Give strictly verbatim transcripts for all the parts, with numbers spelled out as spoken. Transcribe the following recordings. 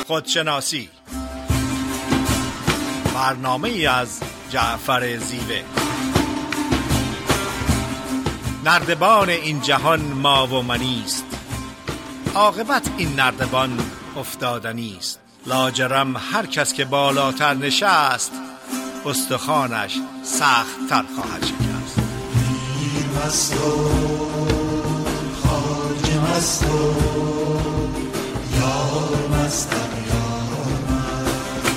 خودشناسی، برنامه ای از جعفر زیوه. نردبان این جهان ما و منیست، عاقبت این نردبان افتادنی است. لاجرم هر کس که بالاتر نشست، استخوانش سخت تر خواهد شکست. پیر مست و خواجه مست و یار مستم یار مست.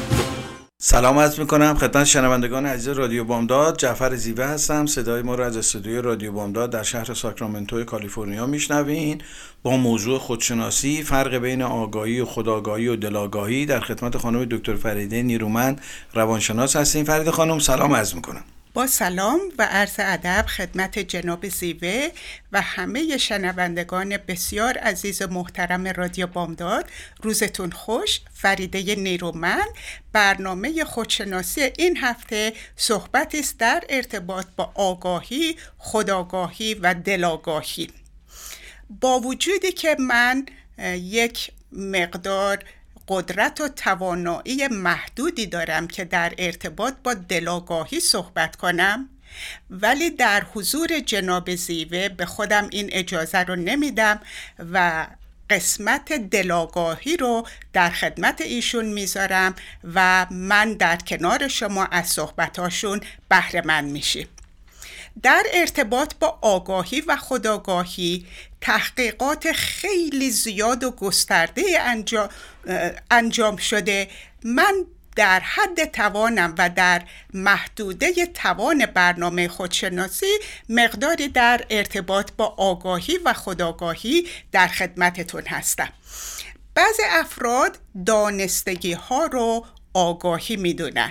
سلام عرض میکنم خدمت شنوندگان عزیز رادیو بامداد. جعفر زیوه هستم. صدای ما رو از استودیوی رادیو بامداد در شهر ساکرامنتو کالیفرنیا میشنوین با موضوع خودشناسی، فرق بین آگاهی و خودآگاهی و دلاگاهی. در خدمت خانم دکتر فریده نیرومند روانشناس هستیم. فریده خانم سلام عرض میکنم. با سلام و عرض ادب خدمت جناب زیوه و همه شنوندگان بسیار عزیز محترم رادیو بامداد. روزتون خوش. فریده نیرومند. برنامه خودشناسی این هفته صحبتی است در ارتباط با آگاهی، خودآگاهی و دلاگاهی. با وجودی که من یک مقدار قدرت و توانایی محدودی دارم که در ارتباط با دلاگاهی صحبت کنم، ولی در حضور جناب زیوه به خودم این اجازه رو نمیدم و قسمت دلاگاهی رو در خدمت ایشون میذارم و من در کنار شما از صحبتاشون بهره مند میشیم. در ارتباط با آگاهی و خودآگاهی تحقیقات خیلی زیاد و گسترده انجام, انجام شده. من در حد توانم و در محدوده توان برنامه خودشناسی مقداری در ارتباط با آگاهی و خودآگاهی در خدمتتون هستم. بعضی افراد دانستگی ها رو آگاهی میدونن.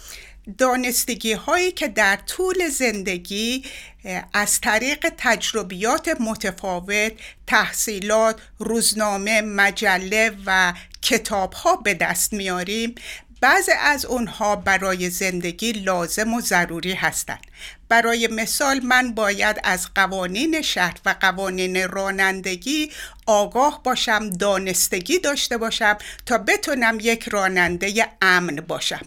دانستگی هایی که در طول زندگی از طریق تجربیات متفاوت، تحصیلات، روزنامه، مجله و کتاب ها به دست میاریم، بعضی از اونها برای زندگی لازم و ضروری هستند. برای مثال من باید از قوانین شهر و قوانین رانندگی آگاه باشم، دانستگی داشته باشم تا بتونم یک راننده امن باشم.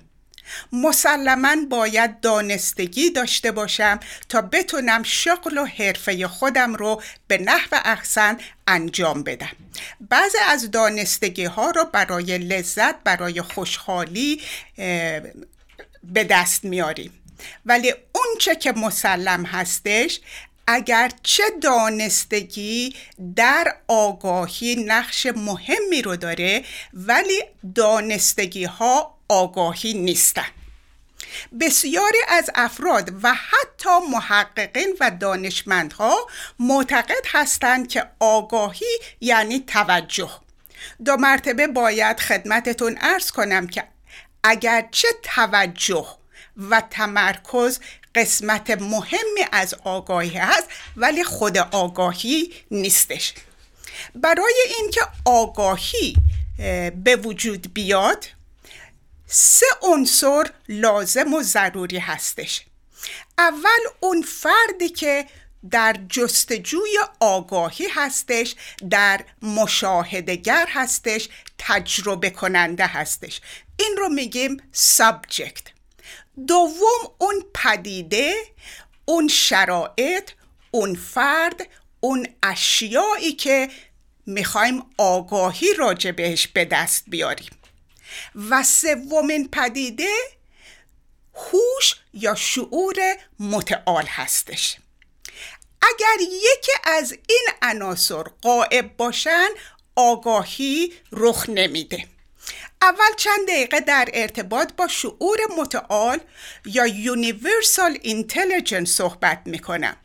مسلماً باید دانستگی داشته باشم تا بتونم شغل و حرفه خودم رو به نحو احسن انجام بدم. بعضی از دانستگی ها رو برای لذت، برای خوشحالی به دست میاریم، ولی اون چه که مسلم هستش، اگر چه دانستگی در آگاهی نقش مهمی رو داره، ولی دانستگی ها آگاهی نیستن. بسیاری از افراد و حتی محققین و دانشمندها معتقد هستند که آگاهی یعنی توجه. دو مرتبه باید خدمتتون عرض کنم که اگرچه توجه و تمرکز قسمت مهمی از آگاهی هست، ولی خود آگاهی نیستش. برای اینکه آگاهی به وجود بیاد سه عنصر لازم و ضروری هستش. اول اون فردی که در جستجوی آگاهی هستش، در مشاهده‌گر هستش، تجربه کننده هستش. این رو میگیم سابجکت. دوم اون پدیده، اون شرایط، اون فرد، اون اشیایی که میخوایم آگاهی راجع بهش به دست بیاریم. و سومین پدیده هوش یا شعور متعال هستش. اگر یکی از این عناصر غائب باشن، آگاهی رخ نمیده. اول چند دقیقه در ارتباط با شعور متعال یا Universal Intelligence صحبت میکنم.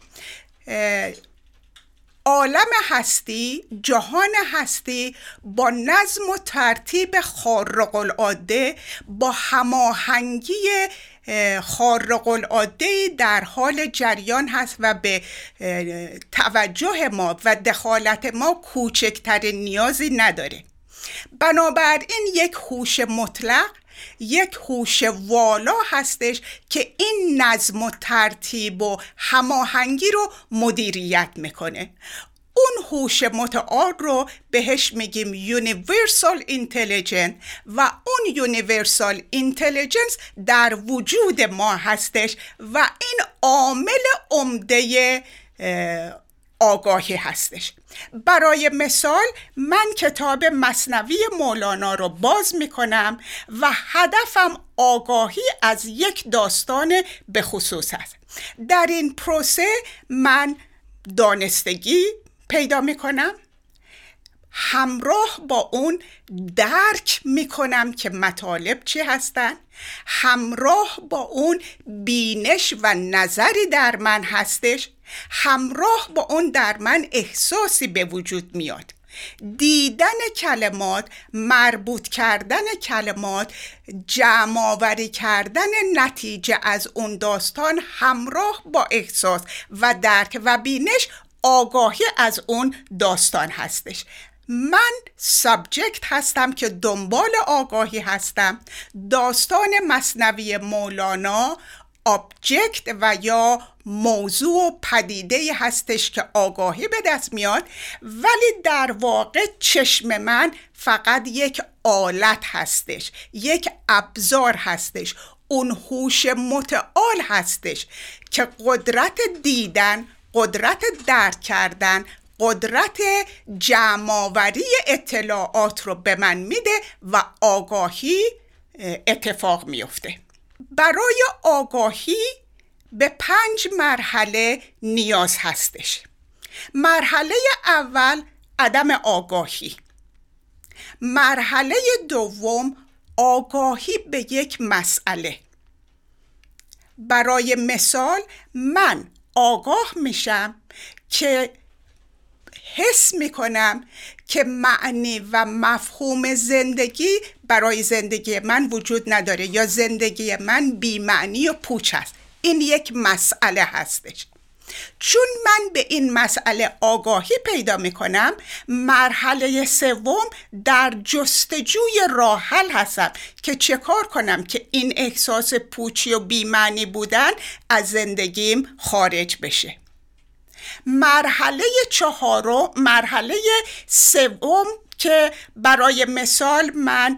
عالم هستی، جهان هستی با نظم و ترتیب خارق العاده، با هماهنگی خارق العاده در حال جریان هست و به توجه ما و دخالت ما کوچکترین نیازی نداره. بنابراین یک هوش مطلق، یک هوش والا هستش که این نظم و ترتیب و هماهنگی رو مدیریت میکنه. اون هوش متعال رو بهش میگیم یونیورسال اینتلیجنس و اون یونیورسال اینتلیجنس در وجود ما هستش و این عامل عمده آگاهی هستش. برای مثال من کتاب مثنوی مولانا رو باز میکنم و هدفم آگاهی از یک داستان به خصوص است. در این پروسه من دانستگی پیدا میکنم، همراه با اون درک میکنم که مطالب چی هستن، همراه با اون بینش و نظری در من هستش، همراه با اون در من احساسی به وجود میاد. دیدن کلمات، مربوط کردن کلمات، جمع آوری کردن نتیجه از اون داستان همراه با احساس و درک و بینش آگاهی از اون داستان هستش. من سابجکت هستم که دنبال آگاهی هستم. داستان مثنوی مولانا ابجکت و یا موضوع و پدیده هستش که آگاهی به دست میاد، ولی در واقع چشم من فقط یک آلت هستش، یک ابزار هستش. اون هوش متعال هستش که قدرت دیدن، قدرت درک کردن، قدرت جمع‌آوری اطلاعات رو به من میده و آگاهی اتفاق میفته. برای آگاهی به پنج مرحله نیاز هستش. مرحله اول عدم آگاهی. مرحله دوم آگاهی به یک مسئله. برای مثال من آگاه میشم که حس میکنم که معنی و مفهوم زندگی برای زندگی من وجود نداره یا زندگی من بی معنی و پوچ است. این یک مسئله هستش. چون من به این مسئله آگاهی پیدا میکنم، مرحله سوم در جستجوی راه حل هستم که چه کار کنم که این احساس پوچی و بی معنی بودن از زندگیم خارج بشه. مرحله چهارم، مرحله سوم که برای مثال من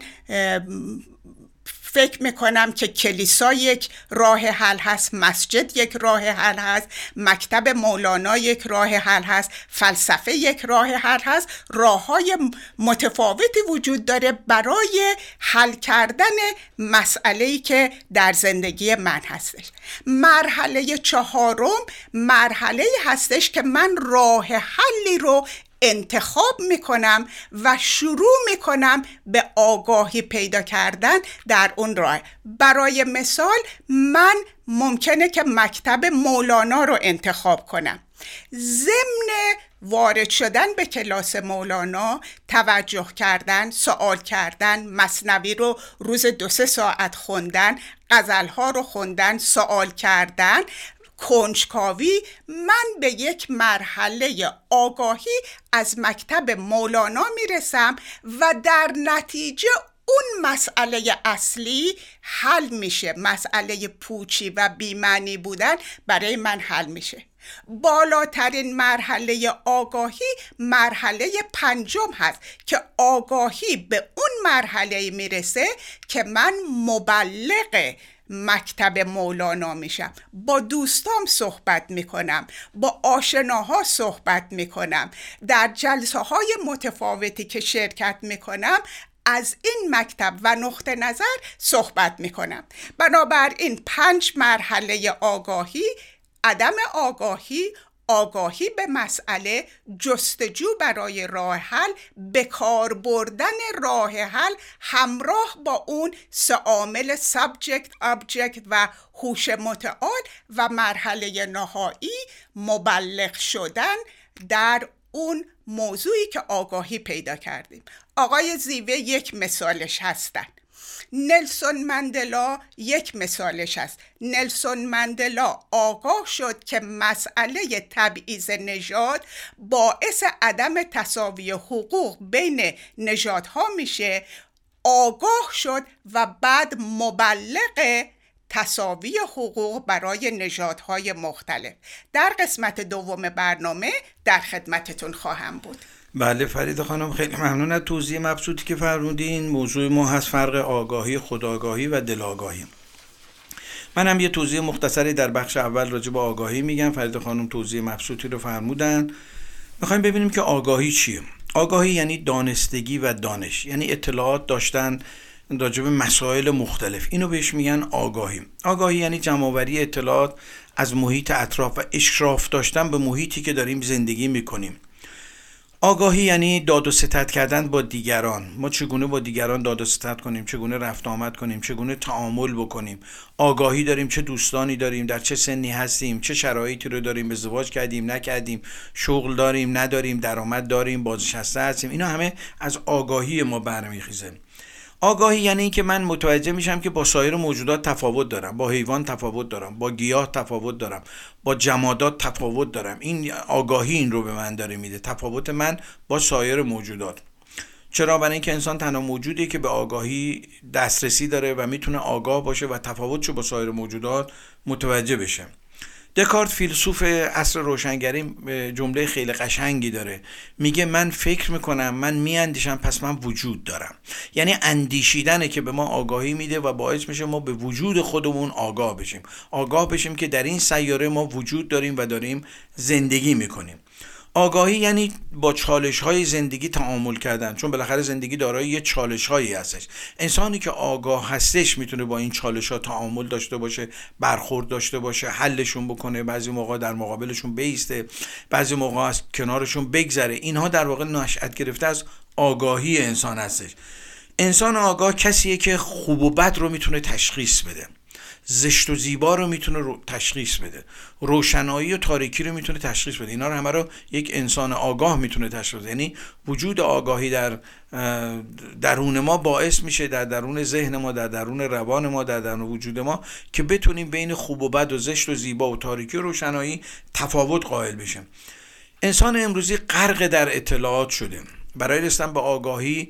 فکر میکنم که کلیسا یک راه حل هست، مسجد یک راه حل هست، مکتب مولانا یک راه حل هست، فلسفه یک راه حل هست. راه‌های متفاوتی وجود داره برای حل کردن مسئله‌ای که در زندگی من هستش. مرحله چهارم مرحله هستش که من راه حلی رو انتخاب میکنم و شروع میکنم به آگاهی پیدا کردن در اون راه. برای مثال من ممکنه که مکتب مولانا رو انتخاب کنم. ضمن وارد شدن به کلاس مولانا، توجه کردن، سوال کردن، مثنوی رو روز دو سه ساعت خوندن، غزلها رو خوندن، سوال کردن، کنجکاوی، من به یک مرحله آگاهی از مکتب مولانا میرسم و در نتیجه اون مسئله اصلی حل میشه. مسئله پوچی و بی‌معنی بودن برای من حل میشه. بالاترین مرحله آگاهی مرحله پنجم هست که آگاهی به اون مرحله میرسه که من مبلغ مکتب مولانا میشم، با دوستام صحبت میکنم، با آشناها صحبت میکنم، در جلسه های متفاوتی که شرکت میکنم از این مکتب و نقطه نظر صحبت میکنم. بنابراین پنج مرحله آگاهی: عدم آگاهی، آگاهی به مسئله، جستجو برای راه حل، به کار بردن راه حل همراه با اون سه عامل سابجکت، ابجکت و هوش متعال، و مرحله نهایی مبلغ شدن در اون موضوعی که آگاهی پیدا کردیم. آقای زیوه یک مثالش هستن. نلسون مندلا یک مثالش است. نلسون مندلا آگاه شد که مسئله تبعیض نژاد باعث عدم تساوی حقوق بین نژادها میشه. آگاه شد و بعد مبلغ تساوی حقوق برای نژادهای مختلف. در قسمت دوم برنامه در خدمتتون خواهم بود. بله فرید خانم، خیلی ممنون از توضیح مبسوطی که فرمودین. موضوع ما هست فرق آگاهی، خودآگاهی و دلآگاهی. من هم یه توضیح مختصری در بخش اول راجع به آگاهی میگم. فرید خانم توضیح مبسوطی رو فرمودن. میخوایم ببینیم که آگاهی چیه. آگاهی یعنی دانستگی و دانش، یعنی اطلاعات داشتن راجع به مسائل مختلف. اینو بهش میگن آگاهی. آگاهی یعنی جمع‌آوری اطلاعات از محیط اطراف و اشراف داشتن به محیطی که داریم زندگی میکنیم. آگاهی یعنی داد و ستد کردن با دیگران. ما چگونه با دیگران داد و ستد کنیم، چگونه رفت آمد کنیم، چگونه تعامل بکنیم. آگاهی داریم چه دوستانی داریم، در چه سنی هستیم، چه شرایطی رو داریم، ازدواج کردیم نکردیم، شغل داریم نداریم، درآمد داریم، بازنشسته هستیم. اینا همه از آگاهی ما برمیخیزه. آگاهی یعنی این که من متوجه میشم که با سایر موجودات تفاوت دارم، با حیوان تفاوت دارم، با گیاه تفاوت دارم، با جمادات تفاوت دارم. این آگاهی این رو به من داره میده، تفاوت من با سایر موجودات. چرا؟ برای اینکه انسان تنها موجودیه که به آگاهی دسترسی داره و میتونه آگاه باشه و تفاوتشو با سایر موجودات متوجه بشه. دکارت فیلسوف عصر روشنگری جمله خیلی قشنگی داره، میگه من فکر میکنم، من میاندیشم، پس من وجود دارم. یعنی اندیشیدنه که به ما آگاهی میده و باعث میشه ما به وجود خودمون آگاه بشیم. آگاه بشیم که در این سیاره ما وجود داریم و داریم زندگی میکنیم. آگاهی یعنی با چالش های زندگی تعامل کردن، چون بالاخره زندگی دارای یه چالش هایی هستش. انسانی که آگاه هستش میتونه با این چالش ها تعامل داشته باشه، برخورد داشته باشه، حلشون بکنه، بعضی موقع در مقابلشون بیسته، بعضی موقع از کنارشون بگذره. اینها در واقع نشأت گرفته از آگاهی انسان هستش. انسان آگاه کسیه که خوب و بد رو میتونه تشخیص بده، زشت و زیبا رو میتونه رو تشخیص بده، روشنایی و تاریکی رو میتونه تشخیص بده. اینا رو همه رو یک انسان آگاه میتونه تشخیص بده. یعنی وجود آگاهی در درون ما باعث میشه، در درون ذهن ما، در درون روان ما، در درون وجود ما، که بتونیم بین خوب و بد و زشت و زیبا و تاریکی و روشنایی تفاوت قائل بشیم. انسان امروزی غرق در اطلاعات شده. برای رسیدن به آگاهی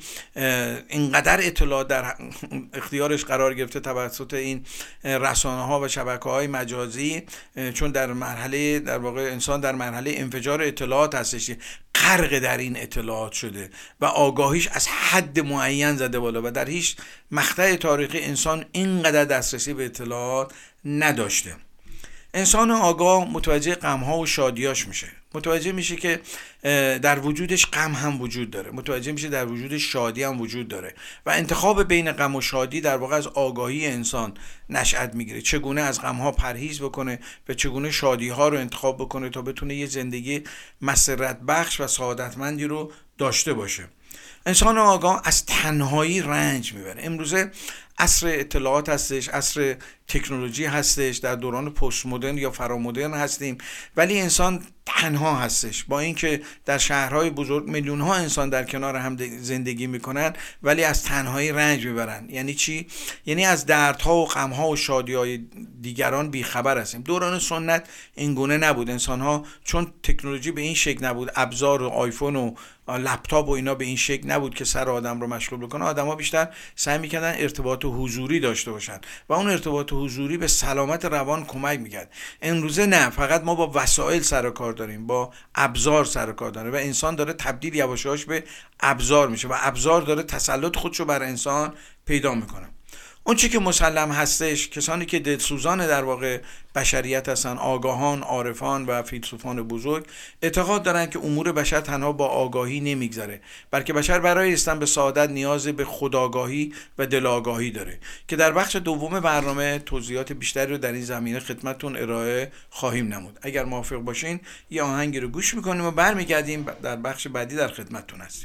اینقدر اطلاعات در اختیارش قرار گرفته توسط این رسانه ها و شبکه های مجازی، چون در مرحله در واقع انسان در مرحله انفجار اطلاعات هستش، غرق در این اطلاعات شده و آگاهیش از حد معین زده بالا و در هیچ مقطع تاریخی انسان اینقدر دسترسی به اطلاعات نداشته. انسان آگاه متوجه غم‌ها و شادیاش میشه، متوجه میشه که در وجودش غم هم وجود داره، متوجه میشه در وجودش شادی هم وجود داره و انتخاب بین غم و شادی در واقع از آگاهی انسان نشأت میگیره. چگونه از غم‌ها پرهیز بکنه و چگونه شادی‌ها رو انتخاب بکنه تا بتونه یه زندگی مسرت بخش و سعادتمندی رو داشته باشه. انسان آگاه از تنهایی رنج میبره. امروزه عصر اطلاعات هستش، عصر تکنولوژی هستش، در دوران پست مدرن یا فرامدرن هستیم، ولی انسان تنها هستش. با اینکه در شهرهای بزرگ میلیون ها انسان در کنار هم زندگی میکنن، ولی از تنهایی رنج میبرن. یعنی چی؟ یعنی از دردها و غمها و شادیهای دیگران بیخبر هستیم. دوران سنت اینگونه نبود. انسانها چون تکنولوژی به این شکل نبود، ابزار و آیفون و لپتاپ و اینا به این شکل نبود که سر آدم رو مشغول بکنه، آدم‌ها بیشتر سعی می‌کردن ارتباط حضوری داشته باشن و اون ارتباط حضوری به سلامت روان کمک می‌کرد. امروزه نه، فقط ما با وسایل سر و کار داریم، با ابزار سر و کار داریم و انسان داره تبدیل یواش یواش به ابزار میشه و ابزار داره تسلط خودشو بر انسان پیدا میکنه. اون چی که مسلم هستش، کسانی که دلسوزان در واقع بشریت هستن، آگاهان، عارفان و فیلسوفان بزرگ، اعتقاد دارن که امور بشر تنها با آگاهی نمیگذره، بلکه بشر برای رسیدن به سعادت نیاز به خودآگاهی و دلآگاهی داره که در بخش دوم برنامه توضیحات بیشتری رو در این زمینه خدمتتون ارائه خواهیم نمود. اگر موافق باشین یه آهنگی رو گوش میکنیم و برمیگردیم در بخش بعدی در خدمتتون هستیم.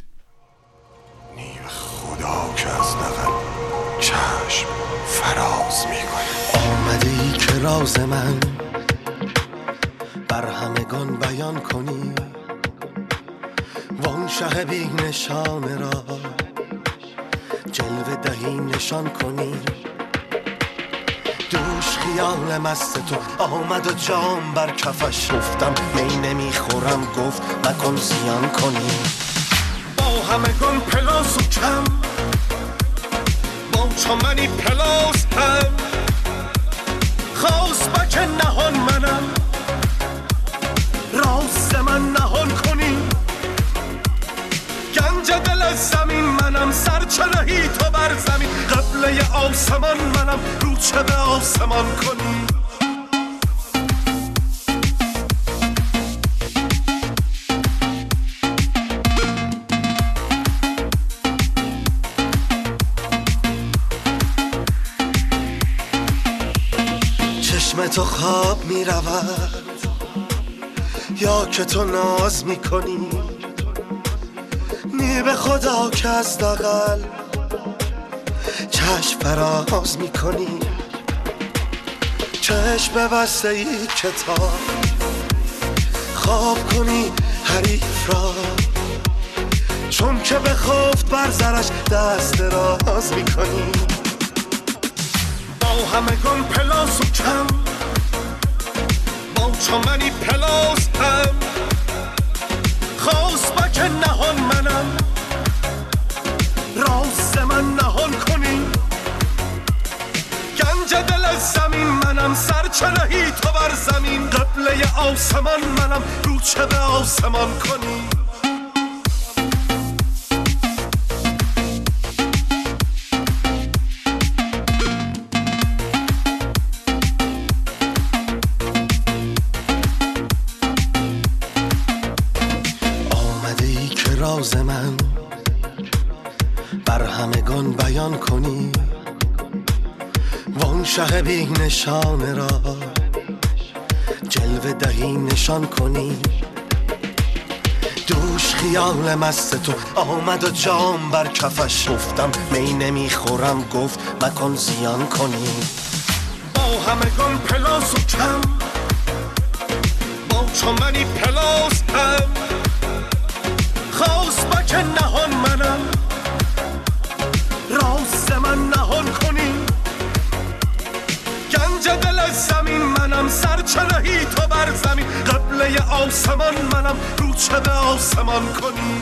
نیو خدا که از دقل چشم فراز میکنه، آمده ای که راز من بر همگان بیان کنی، وان شه بی نشانه را جلوه دهی نشان کنی. دوش خیال مست تو آمد و جام بر کفش، گفتم می نمیخورم، گفت مکن زیان کنی. با همگان پلاس و کم، با چمنی پلاس هم، سرچرهی تو بر زمین، قبله آسمان منم رو چه به آسمان کنی. چشم تو خواب می رود یا که تو ناز می کنی، نی به خدا که از دقل چشم فراز می کنی. چشم بسته ای کتاب خواب کنی حریف را، چون که به خفت بر زرش دست راز می کنی. با همگان پلاس و کم، با چمنی پلاس هم، خواست با که نهان منم راز من نهان کنی. گنج دل از زمین منم، سرچرهی تو بر زمین، قبله آسمان منم رو چه به آسمان کنی. راز من بر همگان بیان کنی، وان شه بی نشانه را جلوه دهی نشان کنی. دوش خیال مست تو آمد و جام بر کفش، گفتم می نمیخورم گفت مکن زیان کنی. با همگان پلاس و کم، با چمنی پلاس هم، خواست با که نهان منم راز من نهان کنی. گنج دل از زمین منم، سرچرهی تو بر زمین، قبله آسمان منم رو چه به آسمان کنی.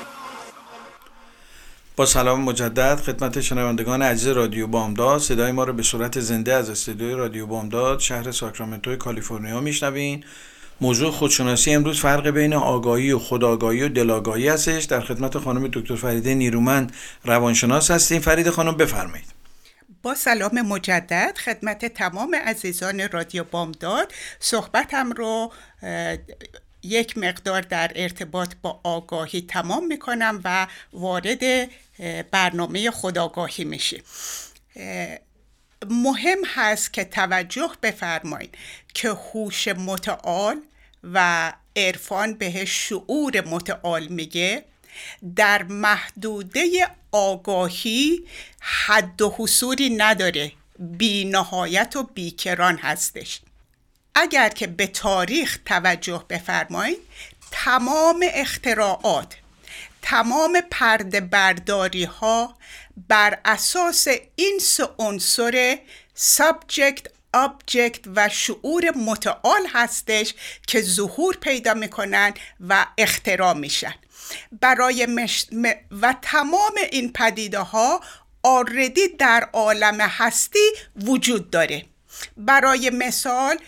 با سلام مجدد خدمت شنوندگان عزیز رادیو بامداد، صدای ما رو به صورت زنده از استودیوی رادیو بامداد شهر ساکرامنتو کالیفرنیا میشنوین. موضوع خودشناسی امروز فرق بین آگاهی و خودآگاهی و دلاگاهی هستش. در خدمت خانم دکتر فریده نیرومند روانشناس هستیم. فرید خانم بفرمایید. با سلام مجدد خدمت تمام عزیزان رادیو بامداد. صحبتم رو یک مقدار در ارتباط با آگاهی تمام میکنم و وارد برنامه خودآگاهی میشیم. مهم هست که توجه بفرمایید که هوش متعال و عرفان بهش شعور متعال میگه، در محدوده آگاهی حد و حصوری نداره، بی نهایت و بیکران هستش. اگر که به تاریخ توجه بفرمایید، تمام اختراعات، تمام پرده برداری ها بر اساس این سه عنصر سابجکت، آبجکت و شعور متعال هستش که ظهور پیدا میکنن و اختراع میشن. برای مش... و تمام این پدیده ها آردی در عالم هستی وجود داره. برای مثال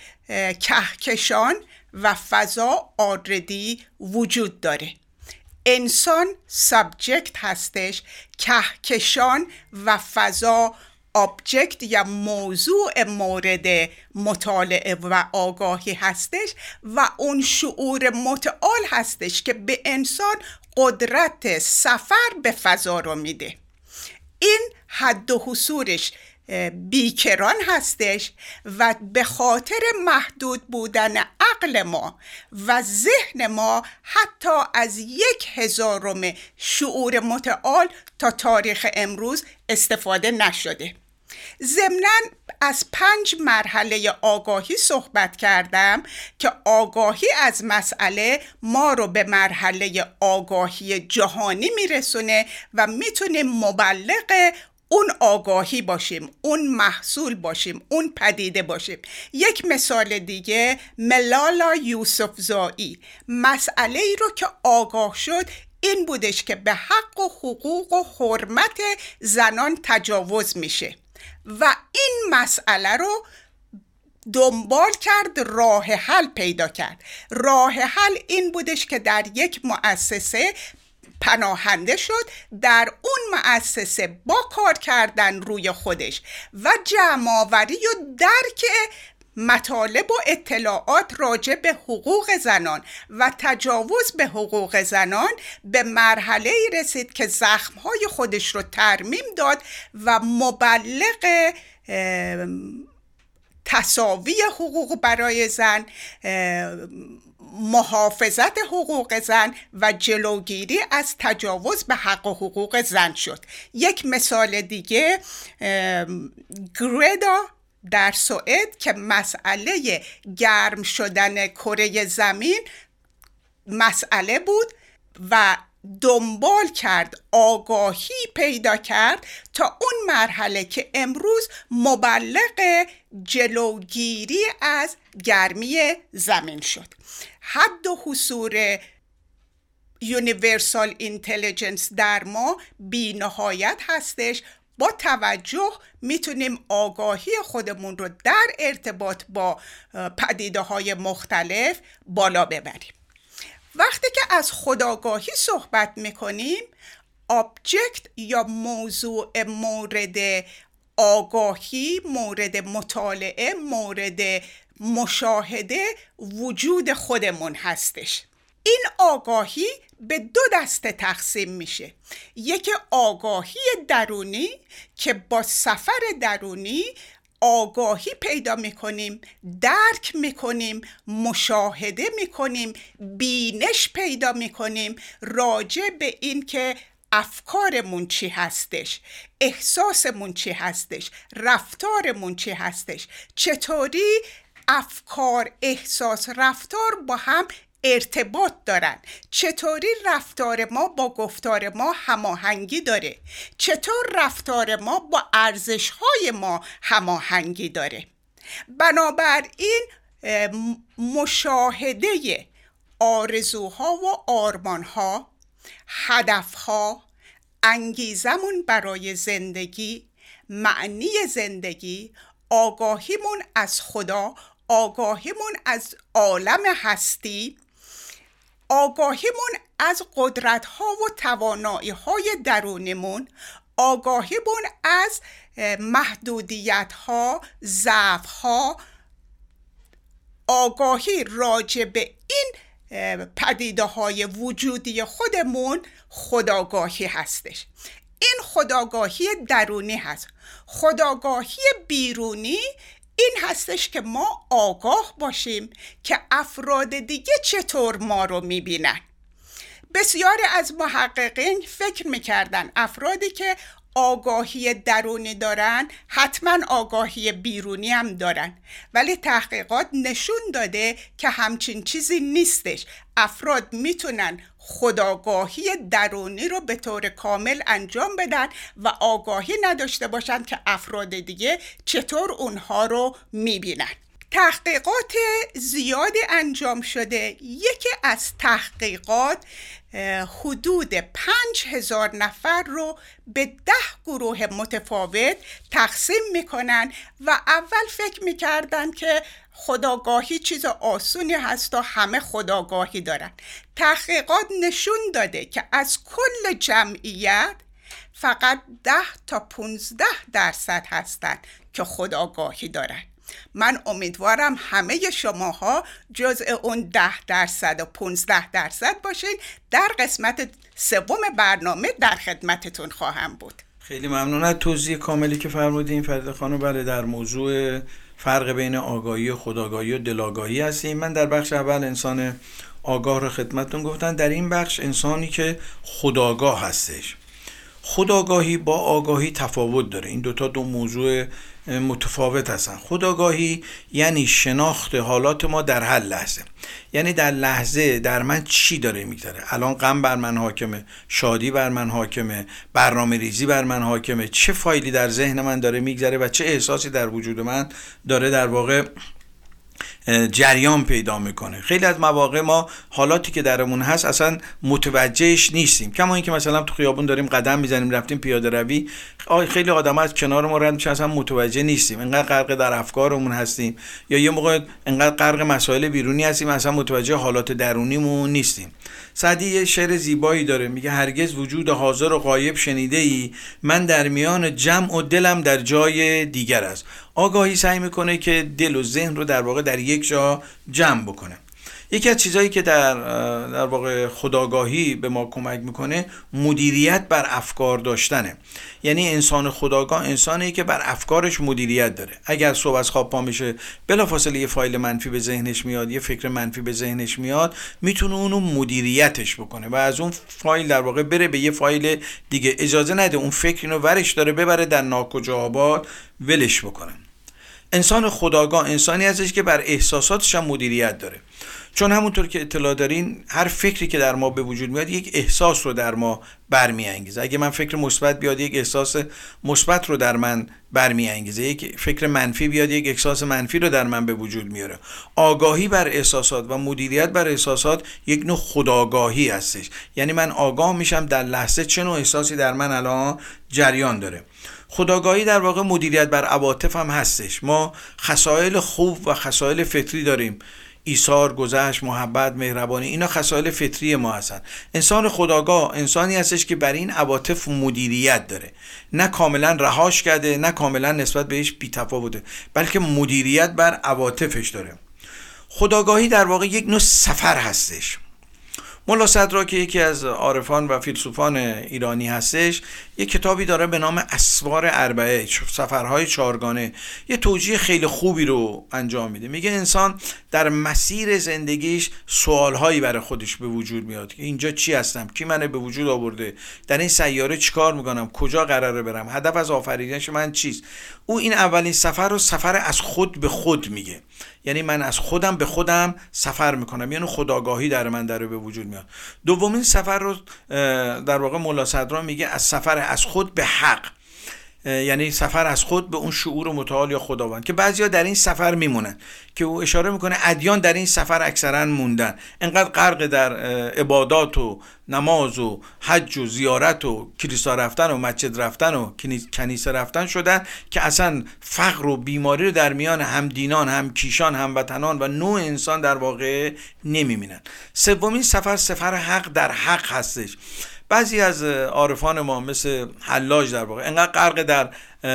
کهکشان و فضا آردی وجود داره. انسان سابجکت هستش، کهکشان و فضا آبجکت یا موضوع مورد مطالعه و آگاهی هستش و اون شعور متعال هستش که به انسان قدرت سفر به فضا رو میده. این حد و حصورش بیکران هستش و به خاطر محدود بودن عقل ما و ذهن ما حتی از یک هزارم شعور متعال تا تاریخ امروز استفاده نشده. ضمناً از پنج مرحله آگاهی صحبت کردم که آگاهی از مسئله ما رو به مرحله آگاهی جهانی میرسونه و میتونیم مبلغ اون آگاهی باشیم، اون محصول باشیم، اون پدیده باشیم. یک مثال دیگه، ملالا یوسفزایی مسئله ای رو که آگاه شد این بودش که به حق و حقوق و حرمت زنان تجاوز میشه و این مسئله رو دنبال کرد، راه حل پیدا کرد. راه حل این بودش که در یک مؤسسه پناهنده شد در اون مؤسسه با کار کردن روی خودش و جمع‌آوری و درک مطالب و اطلاعات راجع به حقوق زنان و تجاوز به حقوق زنان به مرحله‌ای رسید که زخم‌های خودش رو ترمیم داد و مبلغ تساوی حقوق برای زن، محافظت حقوق زن و جلوگیری از تجاوز به حق و حقوق زن شد. یک مثال دیگه گرتا در سوئد که مسئله گرم شدن کره زمین مسئله بود و دنبال کرد، آگاهی پیدا کرد تا اون مرحله که امروز مبلغ جلوگیری از گرمی زمین شد. حد و حصور یونیورسال اینتلیجنس در ما بی نهایت هستش. با توجه میتونیم آگاهی خودمون رو در ارتباط با پدیده های مختلف بالا ببریم. وقتی که از خودآگاهی صحبت میکنیم، آبجکت یا موضوع مورد آگاهی، مورد مطالعه، مورد مشاهده وجود خودمون هستش. این آگاهی به دو دسته تقسیم میشه. یکی آگاهی درونی که با سفر درونی آگاهی پیدا میکنیم، درک میکنیم، مشاهده میکنیم، بینش پیدا میکنیم راجع به این که افکارمون چی هستش، احساسمون چی هستش، رفتارمون چی هستش، چطوری افکار، احساس، رفتار با هم ارتباط دارن، چطوری رفتار ما با گفتار ما هماهنگی داره، چطور رفتار ما با ارزش‌های ما هماهنگی داره. بنابراین مشاهده آرزوها و آرمانها، هدفها، انگیزمون برای زندگی، معنی زندگی، آگاهیمون از خدا، آگاهیمون از عالم هستی، آگاهیمون از قدرت‌ها و توانایی‌های درونمون، آگاهیمون از محدودیت‌ها، ضعف‌ها، آگاهی راجع به این پدیده‌های وجودی خودمون خودآگاهی هستش. این خودآگاهی درونی هست. خودآگاهی بیرونی این هستش که ما آگاه باشیم که افراد دیگه چطور ما رو میبینن. بسیاری از محققین فکر میکردن افرادی که آگاهی درونی دارن حتما آگاهی بیرونی هم دارن، ولی تحقیقات نشون داده که همچین چیزی نیستش. افراد میتونن خودآگاهی درونی رو به طور کامل انجام بدن و آگاهی نداشته باشن که افراد دیگه چطور اونها رو میبینن. تحقیقات زیادی انجام شده. یکی از تحقیقات حدود پنج هزار نفر رو به ده گروه متفاوت تقسیم میکنن و اول فکر میکردن که خودآگاهی چیز آسونی هست و همه خودآگاهی دارن. تحقیقات نشون داده که از کل جمعیت فقط ده تا پونزده درصد هستن که خودآگاهی دارن. من امیدوارم همه شماها جزء اون ده درصد و پونزده درصد باشین. در قسمت سوم برنامه در خدمتتون خواهم بود. خیلی ممنون از توضیح کاملی که فرمودین فریده خانم. بله، در موضوع فرق بین آگاهی و خودآگاهی و دلاگاهی هستیم. من در بخش اول انسان آگاه رو خدمتتون گفتم. در این بخش انسانی که خودآگاه هستش. خودآگاهی با آگاهی تفاوت داره. این دوتا دو موضوع متفاوت هستن. خودآگاهی یعنی شناخت حالات ما در هر لحظه، یعنی در لحظه در من چی داره میگذره. الان غم بر من حاکمه، شادی بر من حاکمه، برنامه ریزی بر من حاکمه، چه فایلی در ذهن من داره میگذره و چه احساسی در وجود من داره در واقع جریان پیدا میکنه. خیلی از مواقع ما حالاتی که درمون هست اصلا متوجهش نیستیم، کما اینکه مثلا تو خیابون داریم قدم میزنیم، رفتیم پیاده روی، خیلی آدم‌ها از کنار ما رد میشن اصلا متوجه نیستیم، انقدر غرق در افکارمون هستیم، یا یه موقع انقدر غرق مسائل بیرونی هستیم اصلا متوجه حالات درونیمون نیستیم. سعدی یه شعر زیبایی داره، میگه هرگز وجود حاضر و غایب شنیده ای، من در میان جمع و دلم در جای دیگر است. آگاهی سعی میکنه که دل و ذهن رو در واقع در یک جا جمع بکنه. یکی از چیزایی که در در واقع خودآگاهی به ما کمک میکنه مدیریت بر افکار داشتنه. یعنی انسان خودآگاه انسانیه که بر افکارش مدیریت داره. اگر صبح از خواب پا میشه بلافاصله یه فایل منفی به ذهنش میاد، یه فکر منفی به ذهنش میاد، میتونه اونو مدیریتش بکنه و از اون فایل در واقع بره به یه فایل دیگه، اجازه نده اون فکر اینو ورش داره ببره در ناکجا آباد ولش بکنه. انسان خودآگاه انسانی هستش که بر احساساتش هم مدیریت داره، چون همونطور که اطلاع دارین هر فکری که در ما به وجود میاد یک احساس رو در ما برمیانگیزه. اگه من فکر مثبت بیاد یک احساس مثبت رو در من برمیانگیزه، یک فکر منفی بیاد یک احساس منفی رو در من به وجود میاره. آگاهی بر احساسات و مدیریت بر احساسات یک نوع خودآگاهی هستش، یعنی من آگاه میشم در لحظه چه نوع احساسی در من الان جریان داره. خودآگاهی در واقع مدیریت بر عواطف هم هستش. ما خصایل خوب و خصایل فطری داریم، ایثار، گذشت، محبت، مهربانی، اینا خصایل فطری ما هستن. انسان خودآگاه انسانی هستش که بر این عواطف مدیریت داره، نه کاملا رهاش کرده نه کاملا نسبت بهش بی‌تفاوته، بلکه مدیریت بر عواطفش داره. خودآگاهی در واقع یک نوع سفر هستش. ملا صدرا که یکی از عارفان و فیلسوفان ایرانی هستش، یک کتابی داره به نام اسوار اربعه، سفرهای چهارگانه، یه توجیه خیلی خوبی رو انجام میده. میگه انسان در مسیر زندگیش سوالهایی برای خودش به وجود میاد که اینجا چی هستم، کی منو به وجود آورده، در این سیاره چیکار میکنم، کجا قراره برم، هدف از آفرینش من چیست. او این اولین سفر رو سفر از خود به خود میگه، یعنی من از خودم به خودم سفر میکنم، یعنی خودآگاهی در من داره به وجود میاد. دومین سفر رو در واقع ملا صدرا میگه از سفر از خود به حق، یعنی سفر از خود به اون شعور متعال یا خداوند، که بعضیا در این سفر میمونن، که او اشاره میکنه ادیان در این سفر اکثرا موندن، انقدر غرق در عبادات و نماز و حج و زیارت و کلیسا رفتن و مسجد رفتن و کنیسه رفتن شدن که اصلا فقر و بیماری رو در میان هم دینان، هم کیشان، هم وطنان و نوع انسان در واقع نمیبینن. سومین سفر سفر حق در حق هستش. بعضی از عارفان ما مثل حلاج در واقع انقدر غرق در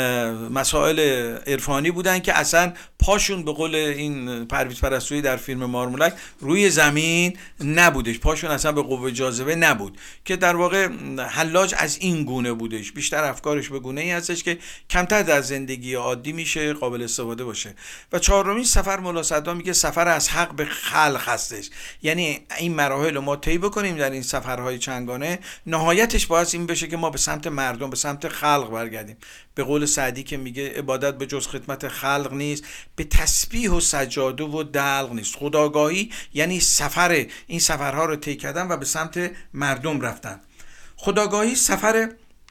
مسائل عرفانی بودن که اصلا پاشون به قول این پرویز پرستویی در فیلم مارمولک روی زمین نبودش، پاشون اصلا به قوه جاذبه نبود، که در واقع حلاج از این گونه بودش، بیشتر افکارش به گونه ای هستش که کمتر در زندگی عادی میشه قابل استفاده باشه. و چهارمین سفر ملا صدرا میگه سفر از حق به خلق هستش، یعنی این مراحل رو ما طی بکنیم در این سفرهای چندگانه، نهایتش باید این بشه که ما به سمت مردم، به سمت خلق برگردیم. به قول سعدی که میگه عبادت به جز خدمت خلق نیست، به تسبیح و سجاده و دلق نیست. خودآگاهی یعنی سفر، این سفرها رو طی کردن و به سمت مردم رفتن. خودآگاهی سفر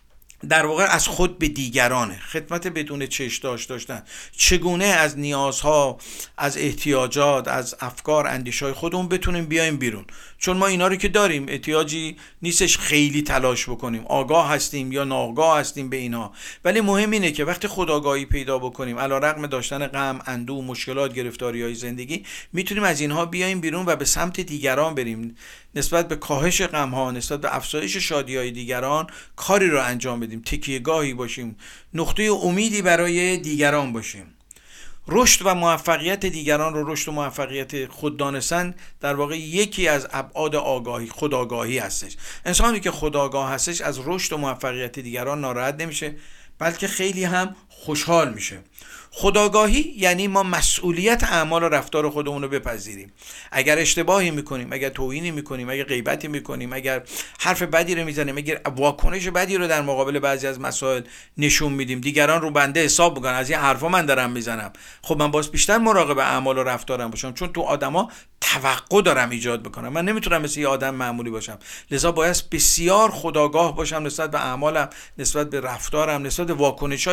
در واقع از خود به دیگرانه، خدمت بدون چش داشت داشتن، چگونه از نیازها، از احتیاجات، از افکار، اندیشهای خودمون بتونیم بیایم بیرون، چون ما اینا رو که داریم احتیاجی نیستش خیلی تلاش بکنیم، آگاه هستیم یا ناآگاه هستیم به اینا، ولی مهم اینه که وقتی خودآگاهی پیدا بکنیم علیرغم داشتن غم، اندوه، مشکلات، گرفتاری‌های زندگی، میتونیم از اینها بیایم بیرون و به سمت دیگران بریم، نسبت به کاهش غم‌ها، نسبت به افزایش شادی‌های دیگران کاری رو انجام بدیم، تکیه‌گاهی باشیم، نقطه امیدی برای دیگران باشیم. رشد و موفقیت دیگران رو رشد و موفقیت خود دانستن در واقع یکی از ابعاد آگاهی، خودآگاهی هستش. انسانی که خودآگاه هستش از رشد و موفقیت دیگران ناراحت نمیشه، بلکه خیلی هم خوشحال میشه. خودآگاهی یعنی ما مسئولیت اعمال و رفتار خودمون رو بپذیریم. اگر اشتباهی میکنیم، اگر توهینی میکنیم، اگر غیبتی میکنیم، اگر حرف بدی رو میزنیم، اگر واکنش بدی رو در مقابل بعضی از مسائل نشون میدیم، دیگران رو بنده حساب میکنن از این حرفا من دارم میزنم، خب من باز بیشتر مراقب اعمال و رفتارم باشم، چون تو آدما توقع دارم ایجاد بکنم، من نمیتونم مثل یه آدم معمولی باشم، لذا باید بسیار خودآگاه باشم نسبت به اعمالم، نسبت به رفتارم، نسبت به واکنشایی که در مقابل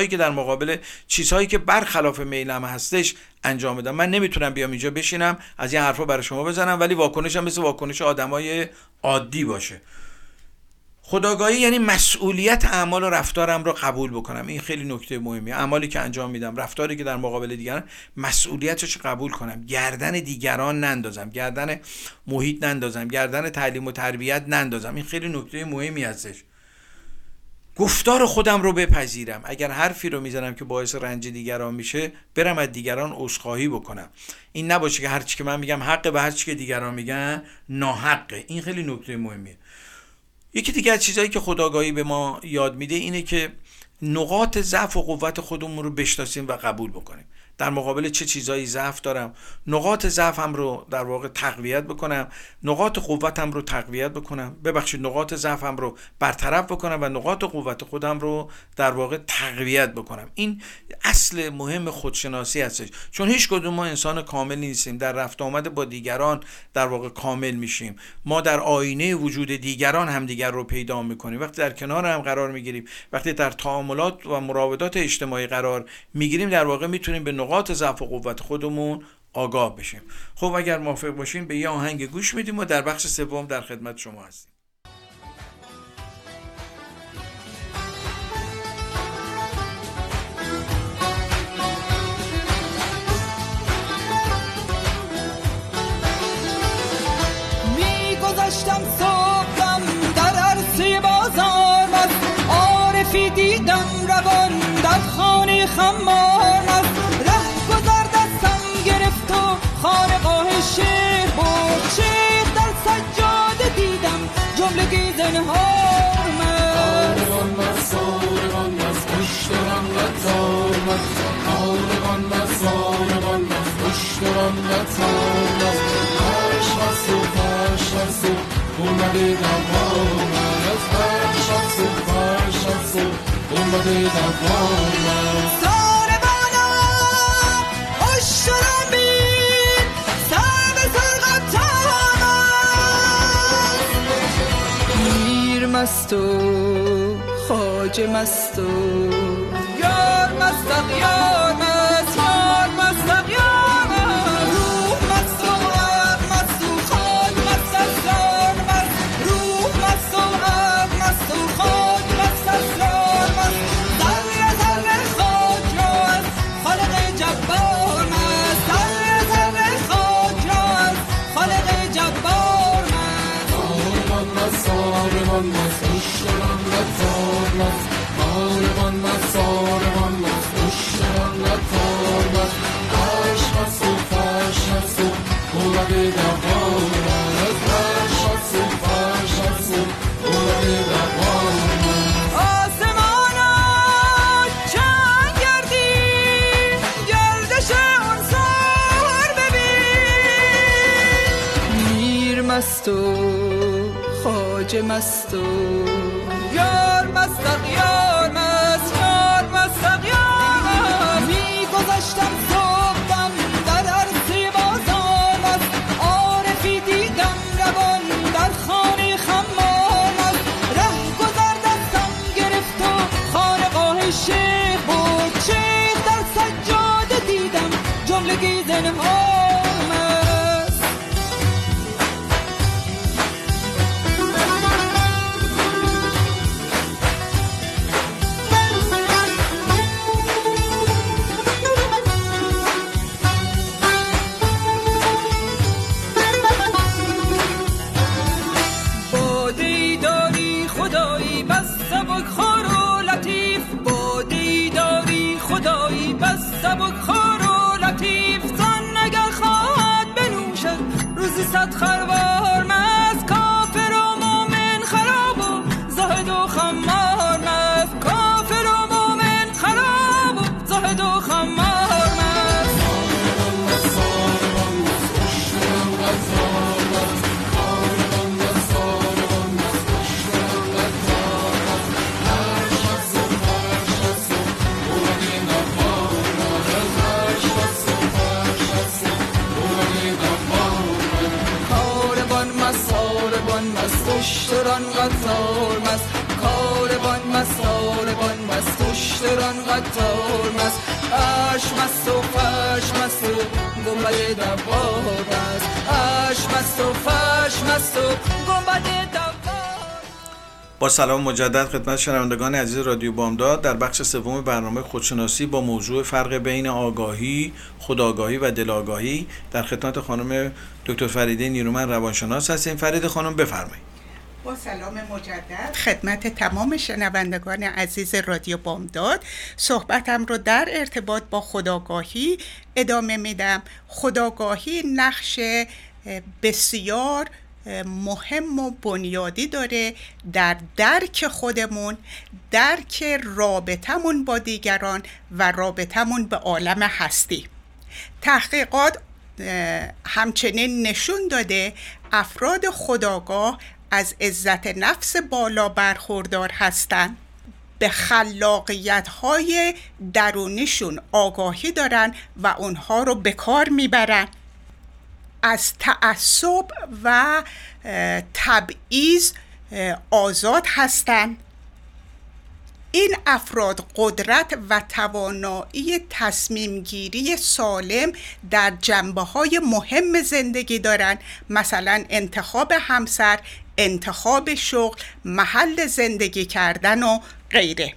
مقابل چیزهایی که برخلاف میلم هستش انجام بدم. من نمیتونم بیام اینجا بشینم از این حرفا برای شما بزنم ولی واکنشم مثل واکنش آدمای عادی باشه. خودآگاهی یعنی مسئولیت اعمال و رفتارم رو قبول بکنم. این خیلی نکته مهمیه. اعمالی که انجام میدم، رفتاری که در مقابل دیگران، مسئولیتش قبول کنم. گردن دیگران نندازم، گردن محیط نندازم، گردن تعلیم و تربیت نندازم. این خیلی نکته مهمی هستش. گفتار خودم رو بپذیرم. اگر حرفی رو میزنم که باعث رنج دیگران میشه، برم از دیگران عذرخواهی بکنم. این نباشه که هر چی که من میگم حقه و هر چی که دیگران میگن ناحقه. این خیلی نکته مهمیه. یکی دیگه از چیزایی که خودآگاهی به ما یاد میده اینه که نقاط ضعف و قوت خودمون رو بشناسیم و قبول بکنیم. در مقابل چه چیزایی ضعف دارم، نقاط ضعفم رو در واقع تقویت بکنم، نقاط قوتم رو تقویت بکنم، ببخشید نقاط ضعفم رو برطرف بکنم و نقاط قوت خودم رو در واقع تقویت بکنم. این اصل مهم خودشناسی هستش، چون هیچ کدوم ما انسان کامل نیستیم. در رفت آمد با دیگران در واقع کامل میشیم. ما در آینه وجود دیگران هم دیگر رو پیدا میکنیم. وقتی در کنار هم قرار میگیریم، وقتی در تعاملات و مراودات اجتماعی قرار میگیریم، در واقع میتونیم به نقاط ضعف و قوت خودمون آگاه بشیم. خب اگر موافق باشین به یه آهنگ گوش میدیم و در بخش سوم در خدمت شما هستیم. میگذشتم صبحم در عرصه بازار مست، عارفی دیدم روان در خانه خمار مست. خانقاه شیر بود، شیر در سجاده دیدم جملگی زنهار من. آروان مست، آروان مست، پشترم نتار مست. آروان مست، آروان مست، پشترم نتار مست. هرش مست و فرش مست و اومده دوار من. از هرش مست و فرش مست و اومده دوار من. سار بانم اشترم بی مست و خواجه مست و یار مست اغیار مست، یار مست اغیار مست. روح مست و عقل مست و خاک مست اسرار مست. روح مست و عقل مست و خاک مست اسرار مست. ذره ذره خاک را از خالق جبار مست. ذره ذره خاک را از خالق جبار مست. آروان مست، آروان مست، اشترم نتار مست. آروان مست، آروان مست، اشترم نتار مست. عرش مست و فرش مست و اومده دوار من. از عرش مست و فرش مست و اومده دوار من. آسمانا چند گردی گردش اون سر ببین. میر مست و خواجه مست و یار مست اغیار مست، یار مست اغیار مست. میگذشتم صبحم در عرصه بازار مست، عارفی دیدم روان در خانه خمار مست. ره گذر دستم گرفت و خانقاه شیخ بود، شیخ در سجاده دیدم جملگی زنهار مست. سبک خور و لطیف زن نگر عطار مست، عشق مست و فش مست و گنبد دوار است، عشق مست و فش مست و گنبد دوار. با سلام مجدد خدمت شنوندگان عزیز رادیو بامداد. در بخش سوم برنامه خودشناسی با موضوع فرق بین آگاهی، خودآگاهی و دلآگاهی در خدمت خانم دکتر فریده نیرومند روانشناس هستیم. فریده خانم بفرمایید. با سلام مجدد خدمت تمام شنوندگان عزیز رادیو بامداد. صحبتم رو در ارتباط با خودآگاهی ادامه میدم. خودآگاهی نقش بسیار مهم و بنیادی داره در درک خودمون، درک رابطمون با دیگران و رابطمون به عالم هستی. تحقیقات همچنین نشون داده افراد خودآگاه از عزت نفس بالا برخوردار هستند، به خلاقیت‌های درونیشون آگاهی دارن و اونها رو به کار میبرن، از تعصب و تبعیض آزاد هستند. این افراد قدرت و توانایی تصمیم گیری سالم در جنبه‌های مهم زندگی دارند، مثلا انتخاب همسر، انتخاب شغل، محل زندگی کردن و غیره.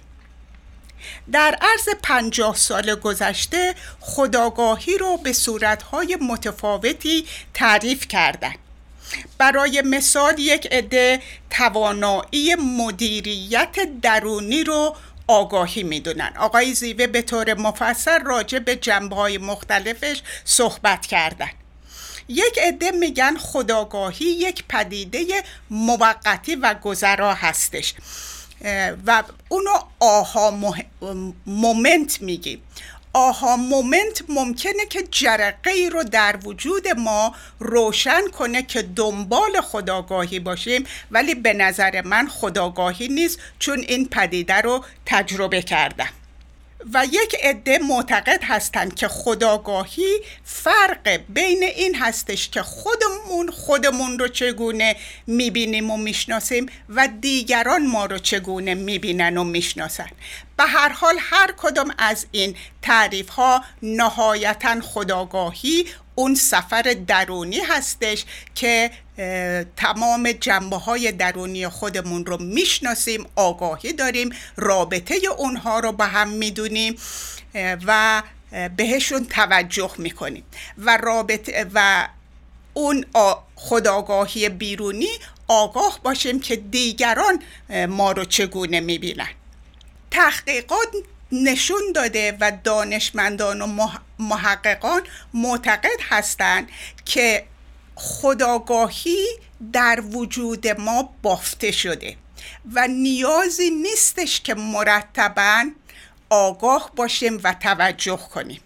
در عرض پنجاه سال گذشته خودآگاهی رو به صورت‌های متفاوتی تعریف کردند. برای مثال یک عده توانایی مدیریت درونی رو آگاهی میدونن. آقای زیوه به طور مفصل راجع به جنبه‌های مختلفش صحبت کردن. یک عده میگن خودآگاهی یک پدیده موقتی و گذرا هستش و اونو آها مومنت میگیم. آها مومنت ممکنه که جرقه‌ای رو در وجود ما روشن کنه که دنبال خودآگاهی باشیم، ولی به نظر من خودآگاهی نیست، چون این پدیده رو تجربه کردم. و یک عده معتقد هستند که خودآگاهی فرق بین این هستش که خودمون خودمون رو چگونه میبینیم و میشناسیم و دیگران ما رو چگونه میبینن و میشناسن. به هر حال هر کدام از این تعریف ها نهایتاً خودآگاهی اون سفر درونی هستش که تمام جنبه های درونی خودمون رو میشناسیم، آگاهی داریم، رابطه اونها رو با هم میدونیم و بهشون توجه میکنیم و رابطه و اون خودآگاهی بیرونی آگاه باشیم که دیگران ما رو چگونه میبینن. تحقیقات نشون داده و دانشمندان و محققان معتقد هستند که خودآگاهی در وجود ما بافته شده و نیازی نیستش که مرتباً آگاه باشیم و توجه کنیم.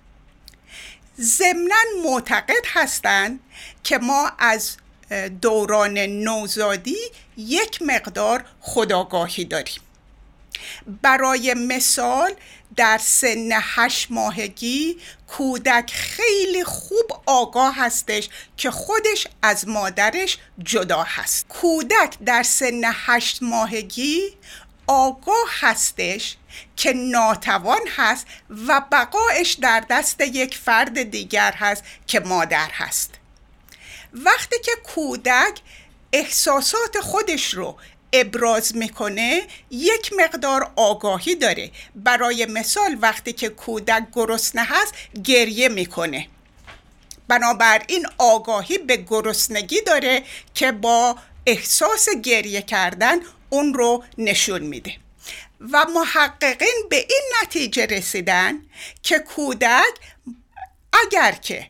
ضمناً معتقد هستند که ما از دوران نوزادی یک مقدار خودآگاهی داریم. برای مثال در سن هشت ماهگی کودک خیلی خوب آگاه هستش که خودش از مادرش جدا هست. کودک در سن هشت ماهگی آگاه هستش که ناتوان هست و بقایش در دست یک فرد دیگر هست که مادر هست. وقتی که کودک احساسات خودش رو ابراز میکنه یک مقدار آگاهی داره. برای مثال وقتی که کودک گرسنه هست گریه میکنه، بنابراین آگاهی به گرسنگی داره که با احساس گریه کردن اون رو نشون میده. و محققین به این نتیجه رسیدن که کودک اگر که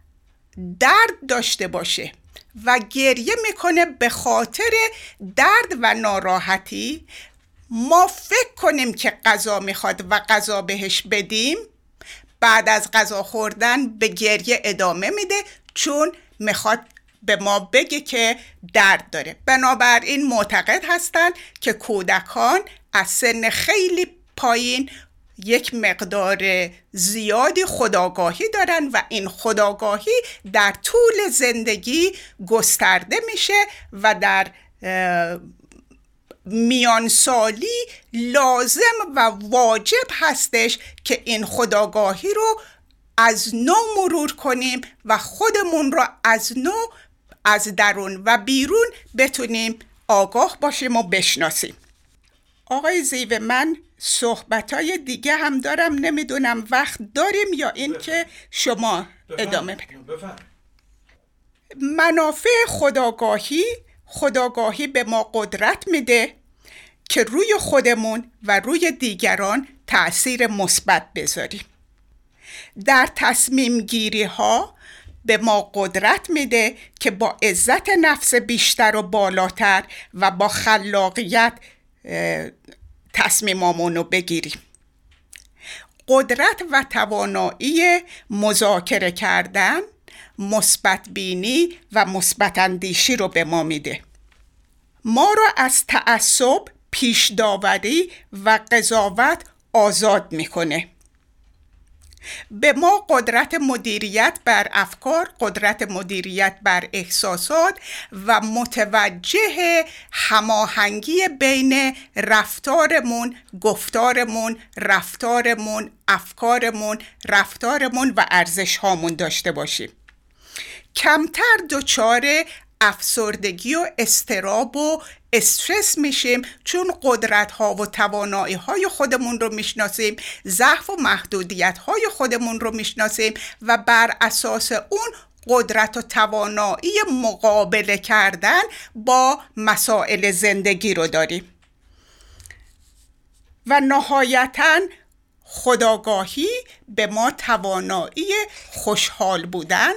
درد داشته باشه و گریه میکنه به خاطر درد و ناراحتی، ما فکر کنیم که غذا میخواد و غذا بهش بدیم، بعد از غذا خوردن به گریه ادامه میده چون میخواد به ما بگه که درد داره. بنابراین معتقد هستند که کودکان از سن خیلی پایین یک مقدار زیادی خودآگاهی دارن و این خودآگاهی در طول زندگی گسترده میشه و در میانسالی لازم و واجب هستش که این خودآگاهی رو از نو مرور کنیم و خودمون رو از نو از درون و بیرون بتونیم آگاه باشیم و بشناسیم. آقای زیوه، من صحبتای دیگه هم دارم، نمیدونم وقت داریم یا این که شما ادامه بدیم. منافع خودآگاهی، خودآگاهی به ما قدرت میده که روی خودمون و روی دیگران تأثیر مثبت بذاریم. در تصمیم گیری ها به ما قدرت میده که با عزت نفس بیشتر و بالاتر و با خلاقیت تصمیمامونو بگیریم. قدرت و توانایی مذاکره کردن، مثبت بینی و مثبت اندیشی رو به ما میده. ما رو از تعصب، پیش داوری و قضاوت آزاد میکنه. به ما قدرت مدیریت بر افکار، قدرت مدیریت بر احساسات و متوجه هماهنگی بین رفتارمون، گفتارمون، رفتارمون، افکارمون، رفتارمون و ارزش‌هامون داشته باشیم. کمتر دچار افسردگی و اضطراب و استرس میشیم، چون قدرت ها و توانایی های خودمون رو میشناسیم، ضعف و محدودیت های خودمون رو میشناسیم و بر اساس اون قدرت و توانایی مقابله کردن با مسائل زندگی رو داریم. و نهایتاً خودآگاهی به ما توانایی خوشحال بودن،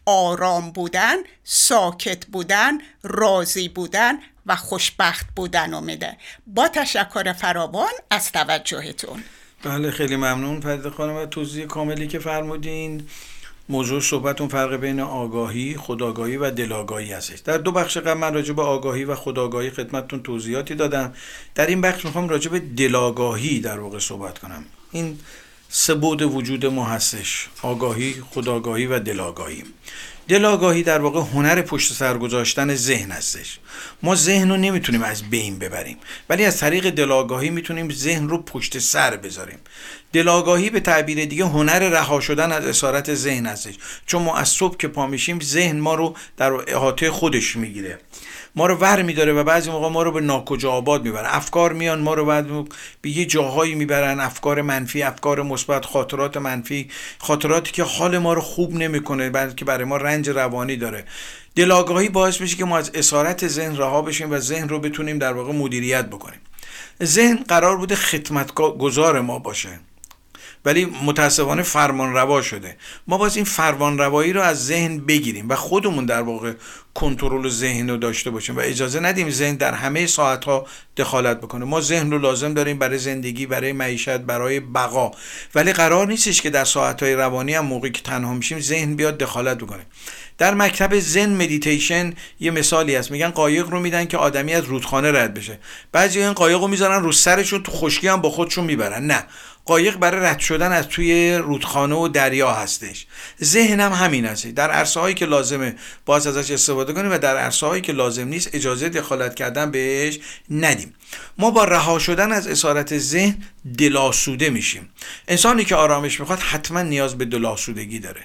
آرام بودن، ساکت بودن، راضی بودن و خوشبخت بودن رو میده. با تشکر فراوان از توجهتون. بله، خیلی ممنون فریده خانم و توضیح کاملی که فرمودین. موضوع صحبتون فرق بین آگاهی، خودآگاهی و دلاگاهی هستش. در دو بخش قبل من راجع به آگاهی و خودآگاهی خدمتتون توضیحاتی دادم. در این بخش میخوام راجع به دلاگاهی در واقع صحبت کنم. این سه بعد وجود ما هستش: آگاهی، خودآگاهی و دلاگاهی. دلاگاهی در واقع هنر پشت سر گذاشتن ذهن هستش. ما ذهن رو نمیتونیم از بین ببریم، ولی از طریق دلاگاهی میتونیم ذهن رو پشت سر بذاریم. دلاگاهی به تعبیر دیگه هنر رها شدن از اسارت ذهن هستش، چون ما از صبح که پا میشیم ذهن ما رو در احاطه خودش میگیره، ما رو ور میداره و بعضی موقع ما رو به ناکجا آباد میبره. افکار میان ما رو بعد به یه جاهایی میبرن، افکار منفی، افکار مثبت، خاطرات منفی، خاطراتی که حال ما رو خوب نمیکنه بلکه برای ما رنج روانی داره. دلاگاهی باعث میشه که ما از اسارت ذهن رها بشیم و ذهن رو بتونیم در واقع مدیریت بکنیم. ذهن قرار بوده خدمتگزار ما باشه، ولی متاسفانه فرمان روا شده. ما باز این فرمان روایی رو از ذهن بگیریم و خودمون در واقع کنترل ذهن رو داشته باشیم و اجازه ندیم ذهن در همه ساعتها دخالت بکنه. ما ذهن رو لازم داریم برای زندگی، برای معیشت، برای بقا، ولی قرار نیستش که در ساعتهای روانی هم موقعی که تنها میشیم ذهن بیاد دخالت بکنه. در مکتب زن مدیتیشن یه مثالی هست، میگن قایق رو میدن که آدمی از رودخانه رد بشه. بعضی این قایق رو میذارن رو سرشون، تو خشکی هم با خودشون میبرن. نه، قایق برای رد شدن از توی رودخانه و دریا هستش. ذهن هم همین هست. در عرصه هایی که لازمه باز ازش استفاده کنیم و در عرصه هایی که لازم نیست اجازه دخالت کردن بهش ندیم. ما با رها شدن از اسارت ذهن دلاسوده میشیم. انسانی که آرامش میخواد حتما نیاز به دلاسودگی داره.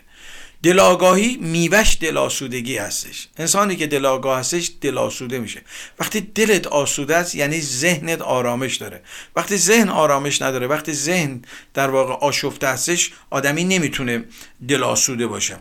دلاگاهی میوش دلاسودگی هستش. انسانی که دلاگاه هستش دلاسوده میشه. وقتی دلت آسوده است یعنی ذهنت آرامش داره. وقتی ذهن آرامش نداره، وقتی ذهن در واقع آشفته هستش، آدمی نمیتونه دلاسوده باشه.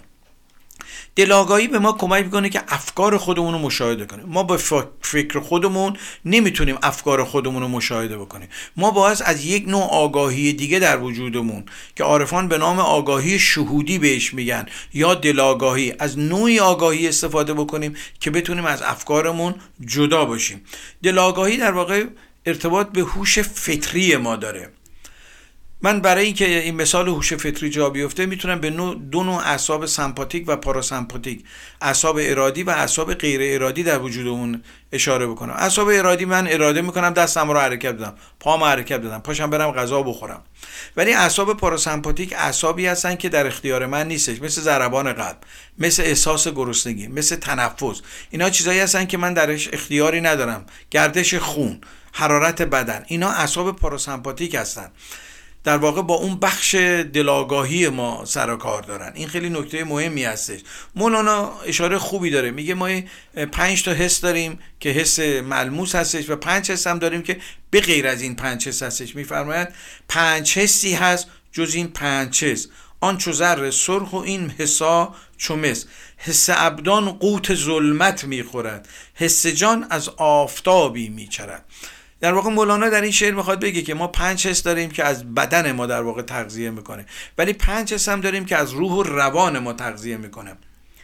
دلاگاهی به ما کمک میکنه که افکار خودمون رو مشاهده کنیم. ما با فکر خودمون نمیتونیم افکار خودمون رو مشاهده بکنیم. ما باید از یک نوع آگاهی دیگه در وجودمون که عارفان به نام آگاهی شهودی بهش میگن یا دلاگاهی، از نوعی آگاهی استفاده بکنیم که بتونیم از افکارمون جدا باشیم. دلاگاهی در واقع ارتباط به هوش فطری ما داره. من برای اینکه این مثال هوش فطری جا بیفته میتونم به دو نوع اعصاب سمپاتیک و پاراسمپاتیک، اعصاب ارادی و اعصاب غیر ارادی در وجودمون اشاره بکنم. اعصاب ارادی من اراده میکنم دستم رو حرکت بدم، پامو حرکت بدم، پاشم برم غذا بخورم. ولی اعصاب پاراسمپاتیک اعصابی هستن که در اختیار من نیستش، مثل ضربان قلب، مثل احساس گرسنگی، مثل تنفس. اینا چیزایی هستن که من درش اختیاری ندارم. گردش خون، حرارت بدن، اینا اعصاب پاراسمپاتیک هستن. در واقع با اون بخش دلاگاهی ما سر و کار دارن. این خیلی نکته مهمی هستش. مولانا اشاره خوبی داره، میگه ما پنج تا حس داریم که حس ملموس هستش و پنج حس هم داریم که به غیر از این پنج حس هستش. میفرماید پنج حسی هست جز این پنج حس، آن چو زر سرخ و این حسا چو مس. حس ابدان قوت ظلمت میخورد، حس جان از آفتابی میچرد. در واقع مولانا در این شعر میخواد بگه که ما پنج حس داریم که از بدن ما در واقع تغذیه میکنه، ولی پنج حس هم داریم که از روح و روان ما تغذیه میکنه.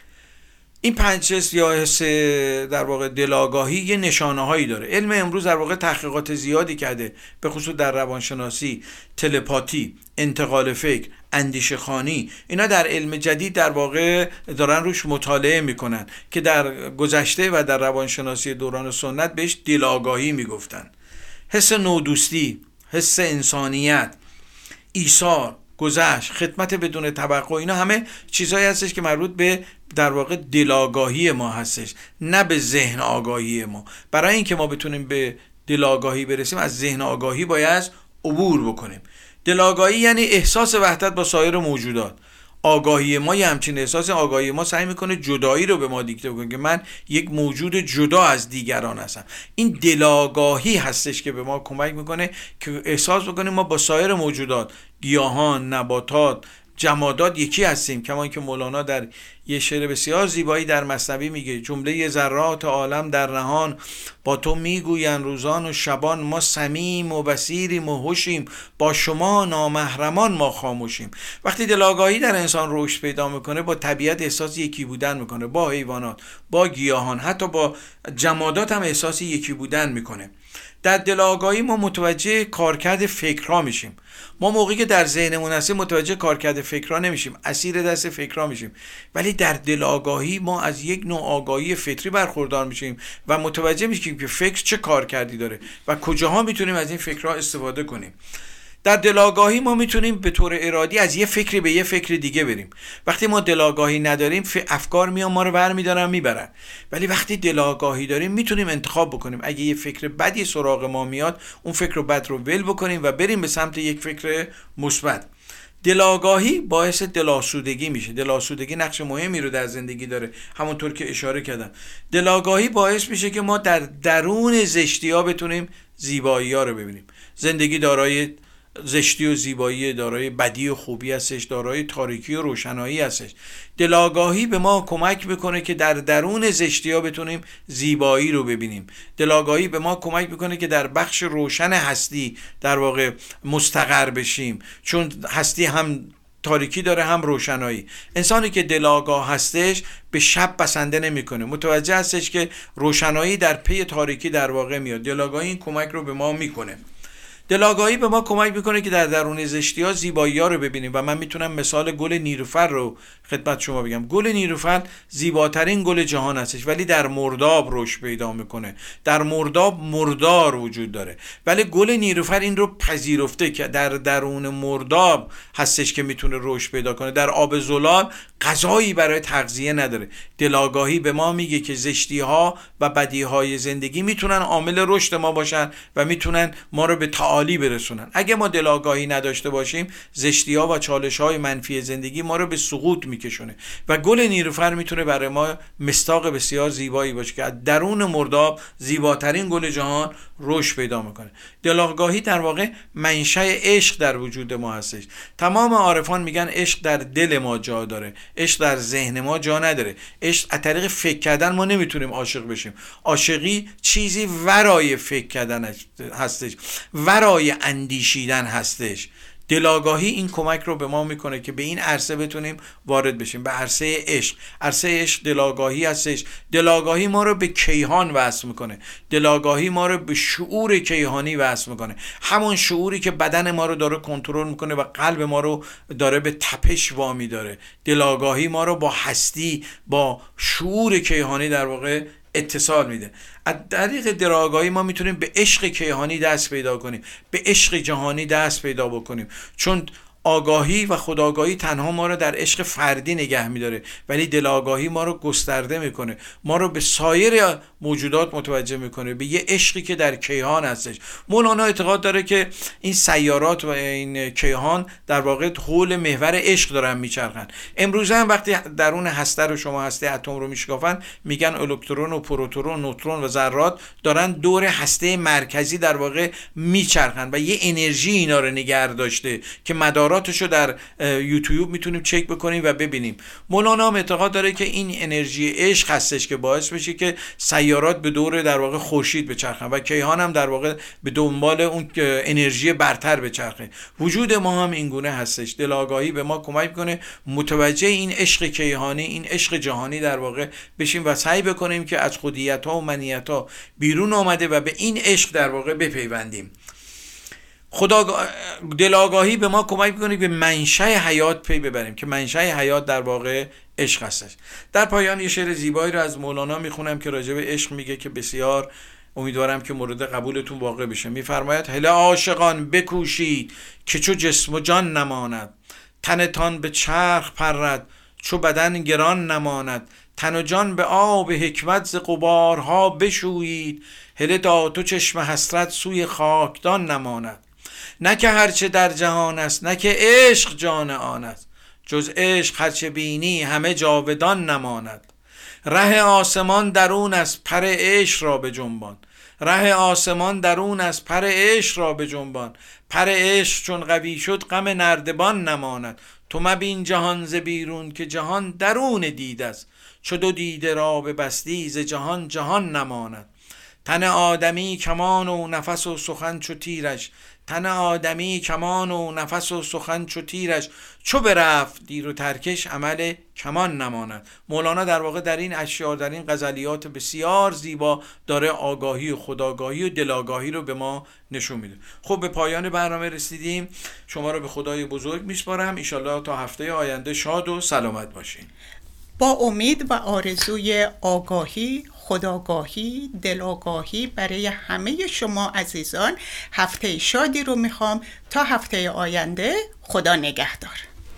این پنج حس یا حس در واقع دلاگاهی یه نشانه هایی داره. علم امروز در واقع تحقیقات زیادی کرده، به خصوص در روانشناسی، تلپاتی، انتقال فکر، اندیشه خوانی. اینا در علم جدید در واقع دارن روش مطالعه میکنن که در گذشته و در روانشناسی دوران سنت بهش دلاگاهی میگفتن. حس نودوستی، حس انسانیت، ایثار، گذشت، خدمت بدون توقع، اینا همه چیزایی هستش که مربوط به در واقع دلاگاهی ما هستش، نه به ذهن آگاهی ما. برای اینکه ما بتونیم به دلاگاهی برسیم از ذهن آگاهی باید عبور بکنیم. دلاگاهی یعنی احساس وحدت با سایر موجودات. آگاهی ما یه همچین احساس، آگاهی ما سعی میکنه جدایی رو به ما دیکته بکنه که من یک موجود جدا از دیگران هستم. این دلاگاهی هستش که به ما کمک میکنه که احساس بکنیم ما با سایر موجودات، گیاهان، نباتات، جمادات یکی هستیم. کما اینکه مولانا در یه شعر بسیار زیبایی در مثنوی میگه جمله ذرات عالم در نهان، با تو میگوین روزان و شبان، ما سمیم و بصیریم و هوشیم، با شما نامحرمان ما خاموشیم. وقتی دلاگاهی در انسان رشد پیدا میکنه، با طبیعت احساس یکی بودن میکنه، با حیوانات، با گیاهان، حتی با جمادات هم احساس یکی بودن میکنه. در دلاگاهی ما متوجه کارکرد فکرها میشیم. ما موقعی که در ذهنمون هستیم متوجه کارکرد فکرها نمیشیم، اسیر دست فکرها میشیم. ولی در دلاگاهی ما از یک نوع آگاهی فطری برخوردار میشیم و متوجه میشیم که فکر چه کارکردی داره و کجاها میتونیم از این فکرها استفاده کنیم. در دلاگاهی ما میتونیم به طور ارادی از یه فکری به یه فکر دیگه بریم. وقتی ما دلاگاهی نداریم، افکار میان ما رو برمیدارن میبرن. ولی وقتی دلاگاهی داریم میتونیم انتخاب بکنیم. اگه یه فکر بدی سراغ ما میاد، اون فکر بد رو ول بکنیم و بریم به سمت یک فکر مثبت. دلاگاهی باعث دلاسودگی میشه. دلاسودگی نقش مهمی رو در زندگی داره، همونطور که اشاره کردم. دلاگاهی باعث میشه که ما در درون زشتی‌ها بتونیم زیبایی‌ها رو ببینیم. زندگی دارای زشتی و زیبایی، دارای بدی و خوبی هستش، دارای تاریکی و روشنایی هستش. دلاگاهی به ما کمک میکنه که در درون زشتی ها بتونیم زیبایی رو ببینیم. دلاگاهی به ما کمک میکنه که در بخش روشن هستی در واقع مستقر بشیم، چون هستی هم تاریکی داره هم روشنایی. انسانی که دلاگاه هستش به شب بسنده نمیکنه، متوجه هستش که روشنایی در پی تاریکی در واقع میاد. دلاگاهی این کمک رو به ما میکنه. دلاگاهی به ما کمک میکنه که در درون زشتی ها زیبایی ها رو ببینیم و من میتونم مثال گل نیلوفر رو خدمت شما بگم. گل نیلوفر زیباترین گل جهان هستش، ولی در مرداب رشد پیدا میکنه. در مرداب مردار وجود داره، ولی گل نیلوفر این رو پذیرفته که در درون مرداب هستش که میتونه رشد پیدا کنه. در آب زلال غذایی برای تغذیه نداره. دلاگاهی به ما میگه که زشتی ها و بدی های زندگی میتونن عامل رشد ما باشن و میتونن ما رو به تعالی برسونن. اگه ما دلاگاهی نداشته باشیم، زشتی ها و چالش های منفی زندگی ما رو به سقوط میکشونه و گل نیلوفر میتونه برای ما مصداق بسیار زیبایی باشه که از درون مرداب زیباترین گل جهان رشد پیدا میکنه. دلاگاهی در واقع منشأ عشق در وجود ما هستش. تمام عارفان میگن عشق در دل ما جا داره، عشق در ذهن ما جا نداره. عشق از طریق فکر کردن ما نمیتونیم عاشق بشیم. عاشقی چیزی ورای فکر کردن هستش، ورای اندیشیدن هستش. دلاگاهی این کمک رو به ما میکنه که به این عرصه بتونیم وارد بشیم، به عرصه عشق. عرصه عشق دلاگاهی هستش. دلاگاهی ما رو به کیهان وصل میکنه. دلاگاهی ما رو به شعور کیهانی وصل میکنه، همون شعوری که بدن ما رو داره کنترل میکنه و قلب ما رو داره به تپش وامی داره. دلاگاهی ما رو با هستی، با شعور کیهانی در واقع اتصال میده. از طریق دلاگاهی ما میتونیم به عشق کیهانی دست پیدا کنیم، به عشق جهانی دست پیدا بکنیم، چون آگاهی و خودآگاهی تنها ما رو در عشق فردی نگه میداره، ولی دلاگاهی ما رو گسترده میکنه، ما رو به سایر موجودات متوجه میکنه، به یه عشقی که در کیهان هستش. مولانا اعتقاد داره که این سیارات و این کیهان در واقع حول محور عشق دارن میچرخن. امروزه هم وقتی درون هسته رو شما هسته اتم رو میشکافن، میگن الکترون و پروتون، نوترون و ذرات دارن دور هسته مرکزی در واقع میچرخن و یه انرژی اینا رو نگه داشته که مدار رو در یوتیوب میتونیم چک بکنیم و ببینیم. مولانا هم اعتقاد داره که این انرژی عشق هستش که باعث بشه که سیارات به دور در واقع خورشید بچرخن و کیهان هم در واقع به دنبال اون انرژی برتر بچرخه. وجود ما هم این گونه هستش. دلاگاهی به ما کمک میکنه متوجه این عشق کیهانی، این عشق جهانی در واقع بشیم و سعی بکنیم که از خودیت ها و منیت ها بیرون آمده و به این عشق در واقع بپیوندیم. خدا دلاگاهی به ما کمک میکنه به منشأ حیات پی ببریم که منشأ حیات در واقع عشق هستش. در پایان یه شعر زیبایی رو از مولانا میخونم که راجع به عشق میگه که بسیار امیدوارم که مورد قبولتون واقع بشه. میفرماید: هله عاشقان بکوشید که چو جسم و جان نماند، تنتان به چرخ پرد چو بدن گران نماند، تن و جان به آب حکمت ز غبارها بشویید، هله تا تو چشم حسرت سوی خاکدان نماند. نه که هرچه در جهان است، نه که عشق جان آن است، جز عشق هرچه بینی همه جاودان نماند. ره آسمان درون است، پر عشق را به جنبان، ره آسمان درون است، پر عشق را به جنبان، پر عشق چون قوی شد غم نردبان نماند. تو مبین جهان ز بیرون که جهان درون دیده است، چو دو دیده را ببستی ز جهان جهان نماند. تن آدمی کمان و نفس و سخن چو تیرش، تن آدمی کمان و نفس و سخن چو تیرش، چو برفت دیر و ترکش عمل کمان نماند. مولانا در واقع در این اشعار، در این غزلیات بسیار زیبا داره آگاهی و خودآگاهی و دلاگاهی رو به ما نشون میده. خب به پایان برنامه رسیدیم. شما رو به خدای بزرگ میسپارم. انشالله تا هفته آینده شاد و سلامت باشین. با امید و آرزوی آگاهی، خودآگاهی، دلاگاهی برای همه شما عزیزان، هفته شادی رو میخوام. تا هفته آینده، خدا نگهدار.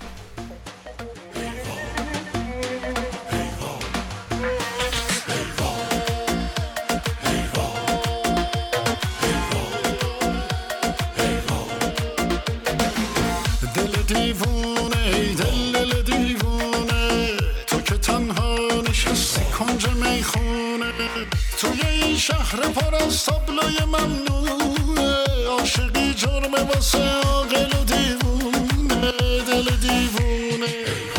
توی این شهر پر از تابلوی ممنوعه، عاشقی جرمه واسه عاقل و دیوونه، دل دیوونه.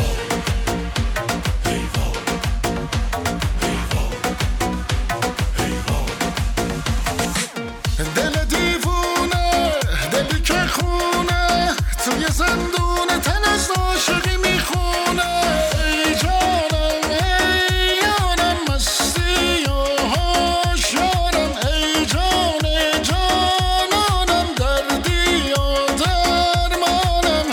دل دیوونه، دلی که خونه، توی زندون تن از عاشقی میخونه. ای جانم ای جانم مستی و هوشیارم، ای جان جانانم دردی و درمانم.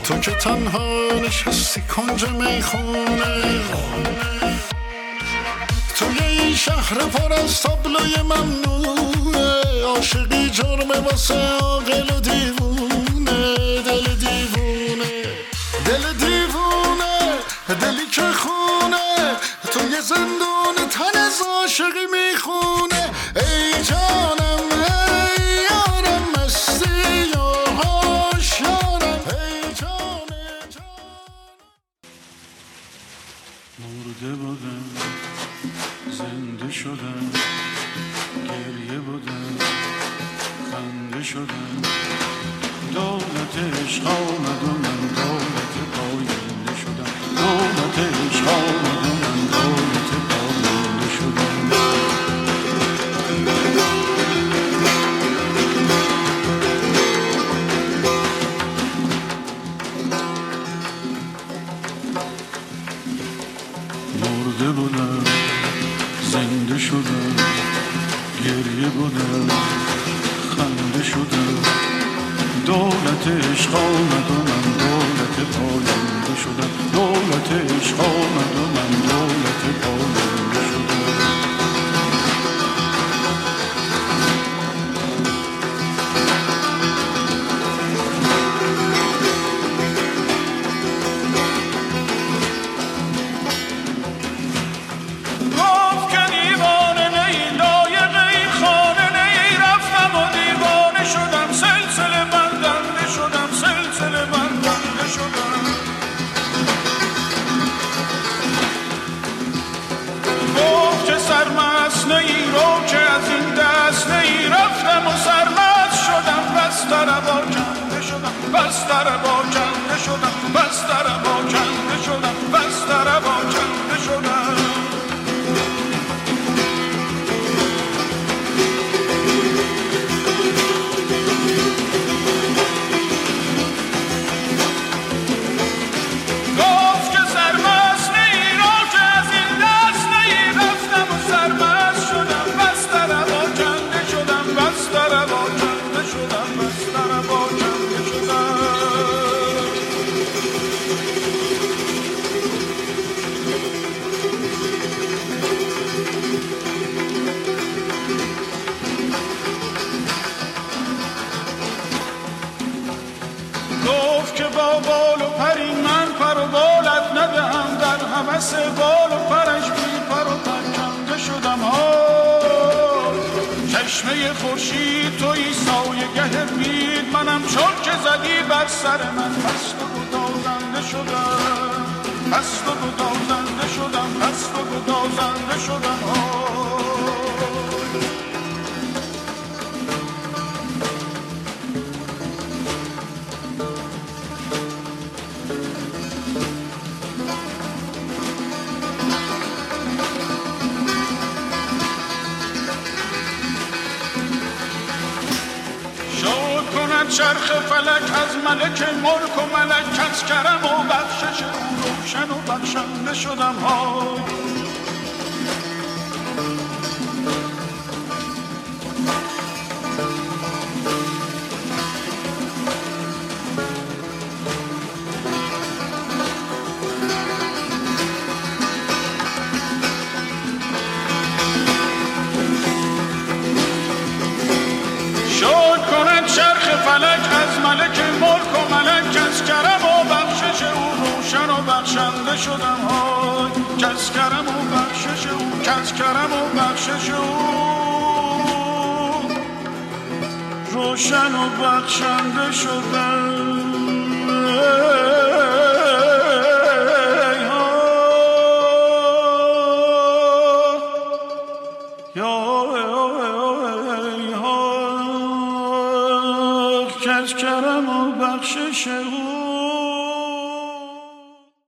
تو که تنها نشستی کنج میخونه، توی این شهر پر از تابلوی ممنوعه، عاشقی جرمه واسه عاقل و دیوونه. دل دیوونه، دل دیوونه، دلی که خونه توی زندون تن از عاشقی میخونه. ای جانم ای یارم مستی و هوشیارم، ای جان جان. مرده بودم زنده شدم، گریه بودم خنده شدم، دولت عشق آمد و من دولت پاینده شدم، دولت عشق آمد و من دولت پاینده شدم. مرده بودم زنده شدم، گریه بودم خنده شدم، دولت عشق آمد و من دولت پاینده شدم، دولت عشق آمد و من دولت پاینده شدم. گفت که دیوانه نی لایق این خانه نی، رفتم و دیوانه شدم، سلسله بندنده شدم، سلسله بندنده شدم. گفت که سرمست نی رو که از این دست نی، رفتم و سرمست شدم، بستر با کنده شدم، بستر با کنده شدم، بستر با کنده شدم، بستر با کنده شدم. گفت که سرمست نی رو که از این دست نی، رفتم و سرمست شدم، بستر با کنده شدم، بستر با کنده شدم، بستر با کنده شدم. گفت که با بال و پری من پر و بالت ندهم، در همس بال و پرش بی پر و پرکنده شدم. ها چشمه خورشید توی سایه گه بید، منم چون که زدی بر سر من پست و گدازنده شدم، پست و گدازنده شدم، پست و گدازنده شدم. ها چرخ فلک از ملک ملک و ملک، از کرم و بخشش او روشن و بخشنده شدم. ها فلک از ملک ملک و ملک، از کرم و بخشش او روشن و بخشنده شدم. های کس کرم و بخشش او، کس کرم و بخشش او روشن و بخشنده شدم. کس کرم و بخشش او